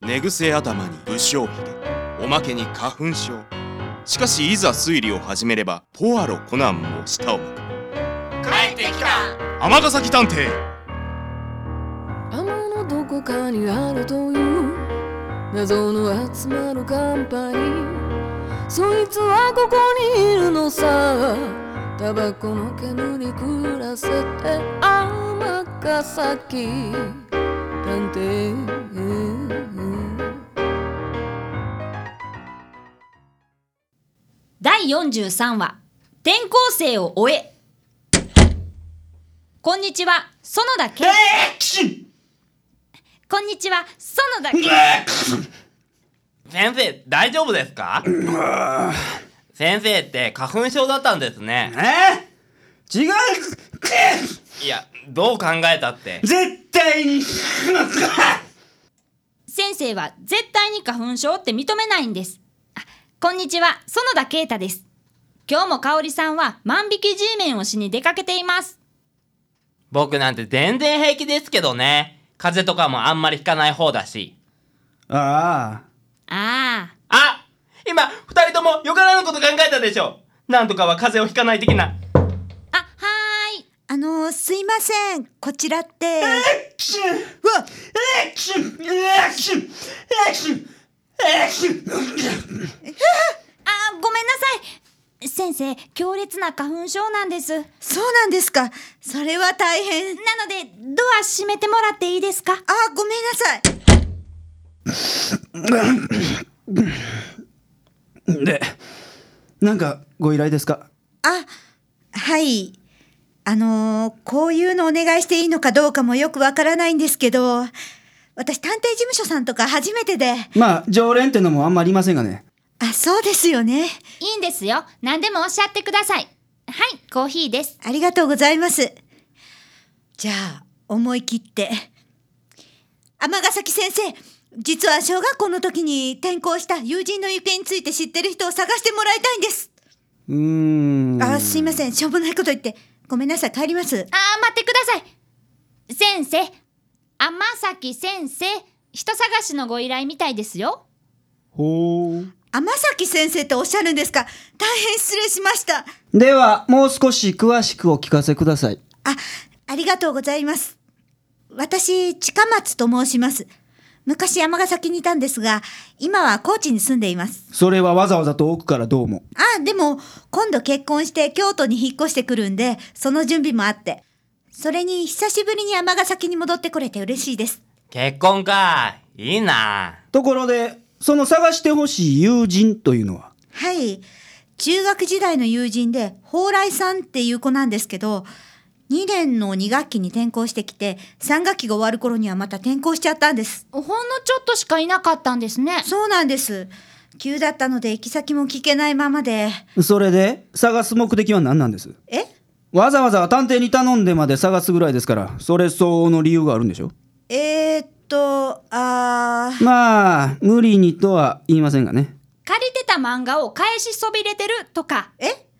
寝癖頭に不祥髭、おまけに花粉症。しかしいざ推理を始めればポアロコナンも舌を巻く。 帰ってきた尼崎探偵。 天のどこかにあるという謎の集まるカンパニー、そいつはここにいるのさ。タバコの煙暮らせて尼崎探偵。 第43話、転校生を終え。こんにちは、園田圭。こんにちは、園田圭。 先生、大丈夫ですか？先生って花粉症だったんですね。 違う。 いや、どう考えたって絶対に先生は絶対に花粉症って認めないんです。こんにちは、園田圭太です。今日も香織さんは万引き G メンをしに出かけています。 僕なんて全然平気ですけどね。風邪とかもあんまりひかない方だし。 あ今二人ともよからぬこと考えたでしょ。なんとかは風邪をひかない的な。 はーい。 すいません、こちらってごめんなさい。先生、強烈な花粉症なんです。 そうなんですか。それは大変。 なのでドア閉めてもらっていいですか？ ごめんなさい。 で、なんかご依頼ですか？ はい。こういうのお願いしていいのかどうかもよくわからないんですけど、私探偵事務所さんとか初めてで。 まあ常連ってのもあんまりいませんがね。 そうですよね。 いいんですよ。何でもおっしゃってください。はい、コーヒーです。 ありがとうございます。じゃあ思い切って。尼崎先生、実は小学校の時に転校した友人の行方について知ってる人を探してもらいたいんです。すいません、しょうもないこと言ってごめんなさい。帰ります。 待ってください。先生、尼崎先生、人探しのご依頼みたいですよ。 ほう。 尼崎先生っておっしゃるんですか？大変失礼しました。 ではもう少し詳しくお聞かせください。 ありがとうございます。私、近松と申します。昔尼崎にいたんですが、今は高知に住んでいます。 それはわざわざ遠くからどうも。 でも今度結婚して京都に引っ越してくるんで、その準備もあって、それに久しぶりに尼崎に戻ってこれて嬉しいです。 結婚か、いいな。 ところで、その探してほしい友人というのは？ はい、中学時代の友人で蓬莱さんっていう子なんですけど、2年の2学期に転校してきて、3学期が終わる頃にはまた転校しちゃったんです。 ほんのちょっとしかいなかったんですね。 そうなんです。急だったので行き先も聞けないままで。 それで探す目的は何なんです？わざわざ探偵に頼んでまで探すぐらいですから、それ相応の理由があるんでしょ？まあ無理にとは言いませんがね。 借りてた漫画を返しそびれてるとか。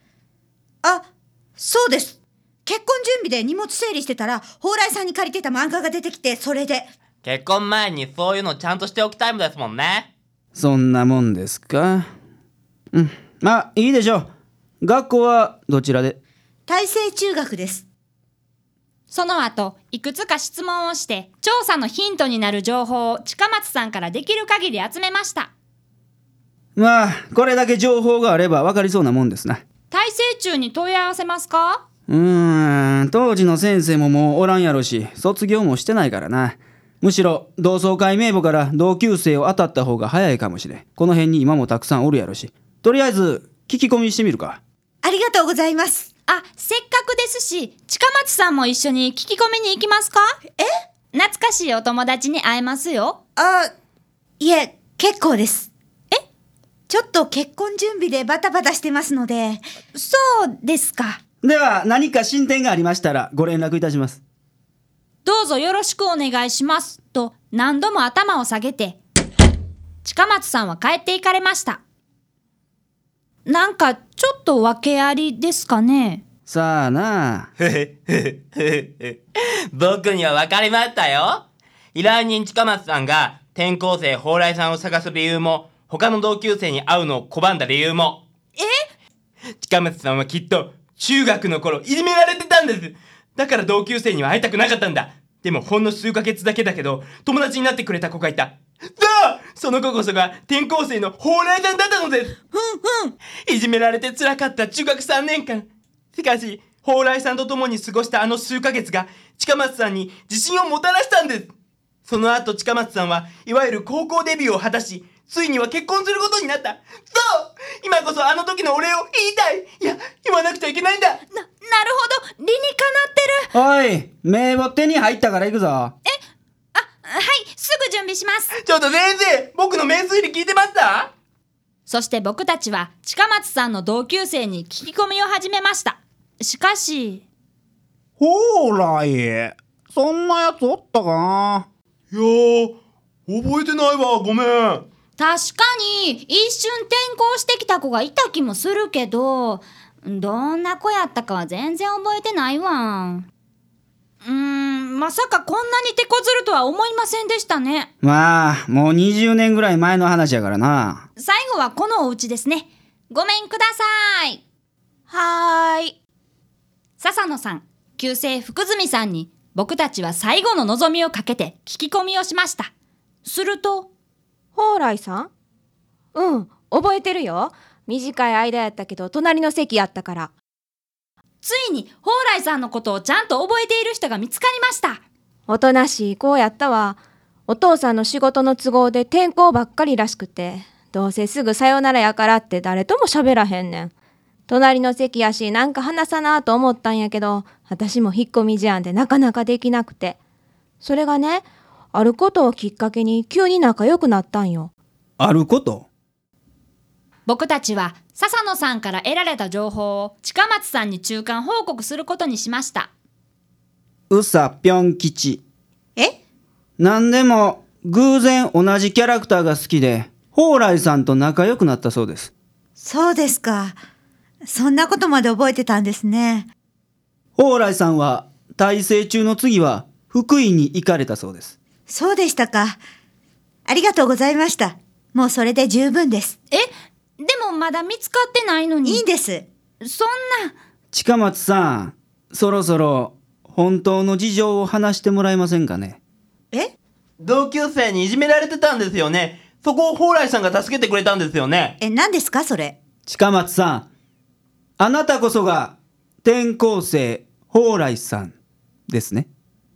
そうです。結婚準備で荷物整理してたら、蓬莱さんに借りてた漫画が出てきて、それで。 結婚前にそういうのちゃんとしておきたいもんですもんね。 そんなもんですか。まあいいでしょう。学校はどちらで？ 大成中学です。 その後、いくつか質問をして、調査のヒントになる情報を近松さんからできる限り集めました。 まあこれだけ情報があれば分かりそうなもんですな。 大成中に問い合わせますか？ 当時の先生ももうおらんやろし、卒業もしてないからな。むしろ同窓会名簿から同級生を当たった方が早いかもしれん。この辺に今もたくさんおるやろし、とりあえず聞き込みしてみるか。 ありがとうございます。 せっかくですし、近松さんも一緒に聞き込みに行きますか？懐かしいお友達に会えますよ。 いえ、結構です。ちょっと結婚準備でバタバタしてますので。 そうですか。 では何か進展がありましたらご連絡いたします。 どうぞよろしくお願いしますと何度も頭を下げて、近松さんは帰っていかれました。なんかちょっと訳ありですかね？ さあな。 僕には分かりましたよ。依頼人近松さんが転校生蓬莱さんを探す理由も、他の同級生に会うのを拒んだ理由も。近松さんはきっと中学の頃いじめられてたんです。だから同級生には会いたくなかったんだ。でもほんの数ヶ月だけだけど友達になってくれた子がいた。その子こそが転校生の蓬莱さんだったのです。いじめられて辛かった中学3年間。しかし蓬莱さんと共に過ごしたあの数ヶ月が近松さんに自信をもたらしたんです。その後近松さんはいわゆる高校デビューを果たし、ついには結婚することになった。今こそあの時のお礼を言いたい。いや、言わなくちゃいけないんだ。 なるほど、理にかなってる。 おい、名簿手に入ったから行くぞ。 はい、すぐ準備します。 ちょっと先生、僕の名推理聞いてました？ そして僕たちは近松さんの同級生に聞き込みを始めました。しかし、 蓬莱、そんなやつおったかな。 いやー、覚えてないわ、ごめん。 確かに一瞬転校してきた子がいた気もするけど、どんな子やったかは全然覚えてないわ。まさかこんなに手こずるとは思いませんでしたね。 まあ、もう20年ぐらい前の話やからな。 最後はこのお家ですね。ごめんください。 はーい。 笹野さん、旧姓福住さんに僕たちは最後の望みをかけて聞き込みをしました。すると、 蓬莱さん？うん、覚えてるよ。短い間やったけど隣の席やったから。 ついに蓬莱さんのことをちゃんと覚えている人が見つかりました。 おとなしい子やったわ。お父さんの仕事の都合で転校ばっかりらしくて、どうせすぐさよならやからって誰とも喋らへんねん。隣の席やしなんか話さなと思ったんやけど、私も引っ込み思案でなかなかできなくて。それがね、あることをきっかけに急に仲良くなったんよ。 あること？ 僕たちは笹野さんから得られた情報を近松さんに中間報告することにしました。 うさぴょん吉。 え？ なんでも偶然同じキャラクターが好きで蓬莱さんと仲良くなったそうです。 そうですか。そんなことまで覚えてたんですね。 蓬莱さんは大成中の次は福井に行かれたそうです。 そうでしたか。ありがとうございました。もうそれで十分です。 でもまだ見つかってないのに。 いいんです。 そんな。 近松さん、そろそろ本当の事情を話してもらえませんかね。 え？ 同級生にいじめられてたんですよね。そこを蓬莱さんが助けてくれたんですよね。 何ですかそれ？ 近松さん、あなたこそが転校生蓬莱さんですね。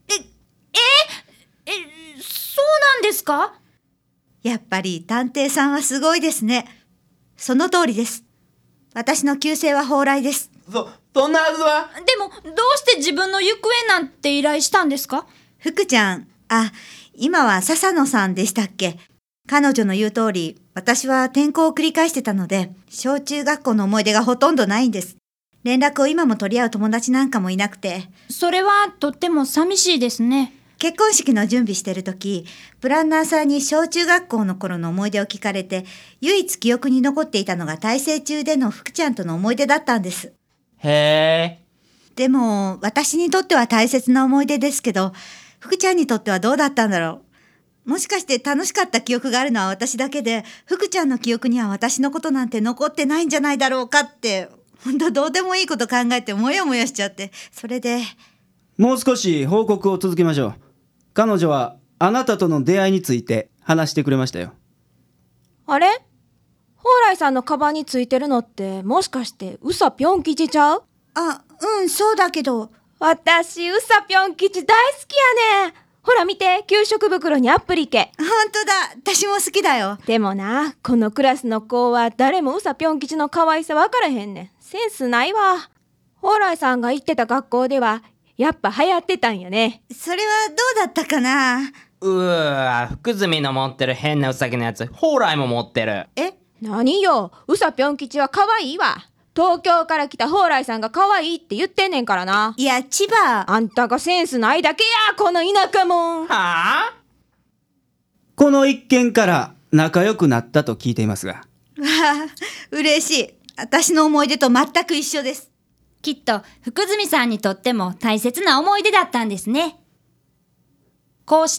そうなんですか？ やっぱり探偵さんはすごいですね。その通りです。私の旧姓は蓬莱です。 そんなはずは。 でもどうして自分の行方なんて依頼したんですか？ 福ちゃん、今は笹野さんでしたっけ？彼女の言う通り、私は転校を繰り返してたので、小中学校の思い出がほとんどないんです。連絡を今も取り合う友達なんかもいなくて。 それはとっても寂しいですね。 結婚式の準備してる時、プランナーさんに小中学校の頃の思い出を聞かれて、唯一記憶に残っていたのが大成中での福ちゃんとの思い出だったんです。 へー。 でも、私にとっては大切な思い出ですけど、福ちゃんにとってはどうだったんだろう。もしかして楽しかった記憶があるのは私だけで、福ちゃんの記憶には私のことなんて残ってないんじゃないだろうかって、本当どうでもいいこと考えてもやもやしちゃって、それで。 もう少し報告を続けましょう。彼女はあなたとの出会いについて話してくれましたよ。 あれ？蓬莱さんのカバンについてるのってもしかしてうさぴょん吉ちゃう？ そうだけど。 私うさぴょん吉大好きやねん。ほら見て、給食袋にアプリケ。 本当だ、私も好きだよ。 でもな、このクラスの子は誰もうさぴょん吉の可愛さ分からへんねん。センスないわ。蓬莱さんが行ってた学校ではやっぱ流行ってたんやね。 それはどうだったかな？ 福住の持ってる変なウサギのやつ、蓬莱も持ってる。 何よ、うさぴょん吉は可愛いわ。東京から来た蓬莱さんが可愛いって言ってんねんからな。 いや、千葉。 あんたがセンスないだけや、この田舎もん。 はあ？ この一件から仲良くなったと聞いていますが。 わあ、嬉しい。私の思い出と全く一緒です。 きっと福住さんにとっても大切な思い出だったんですね。こうして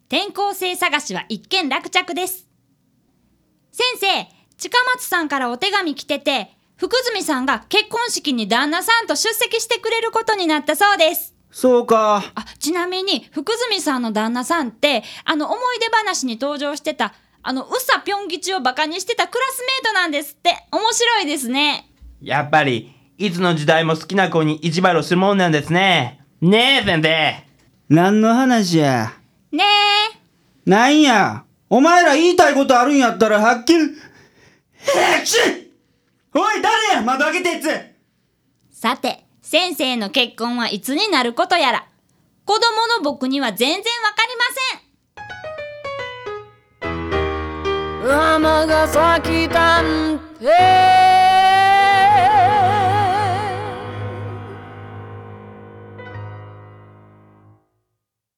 転校生探しは一件落着です。先生、近松さんからお手紙来てて、福住さんが結婚式に旦那さんと出席してくれることになったそうです。 そうか。 ちなみに福住さんの旦那さんって思い出話に登場してた宇佐ぴょん吉をバカにしてたクラスメートなんですって。面白いですね。 やっぱりいつの時代も好きな子に意地悪するもんなんですね。ねえ先生。 何の話や。 ねえ。 なんや。お前ら言いたいことあるんやったらはっきり。おい誰や窓開けてやつ。 さて、先生の結婚はいつになることやら、子供の僕には全然わかりません。 尼崎探偵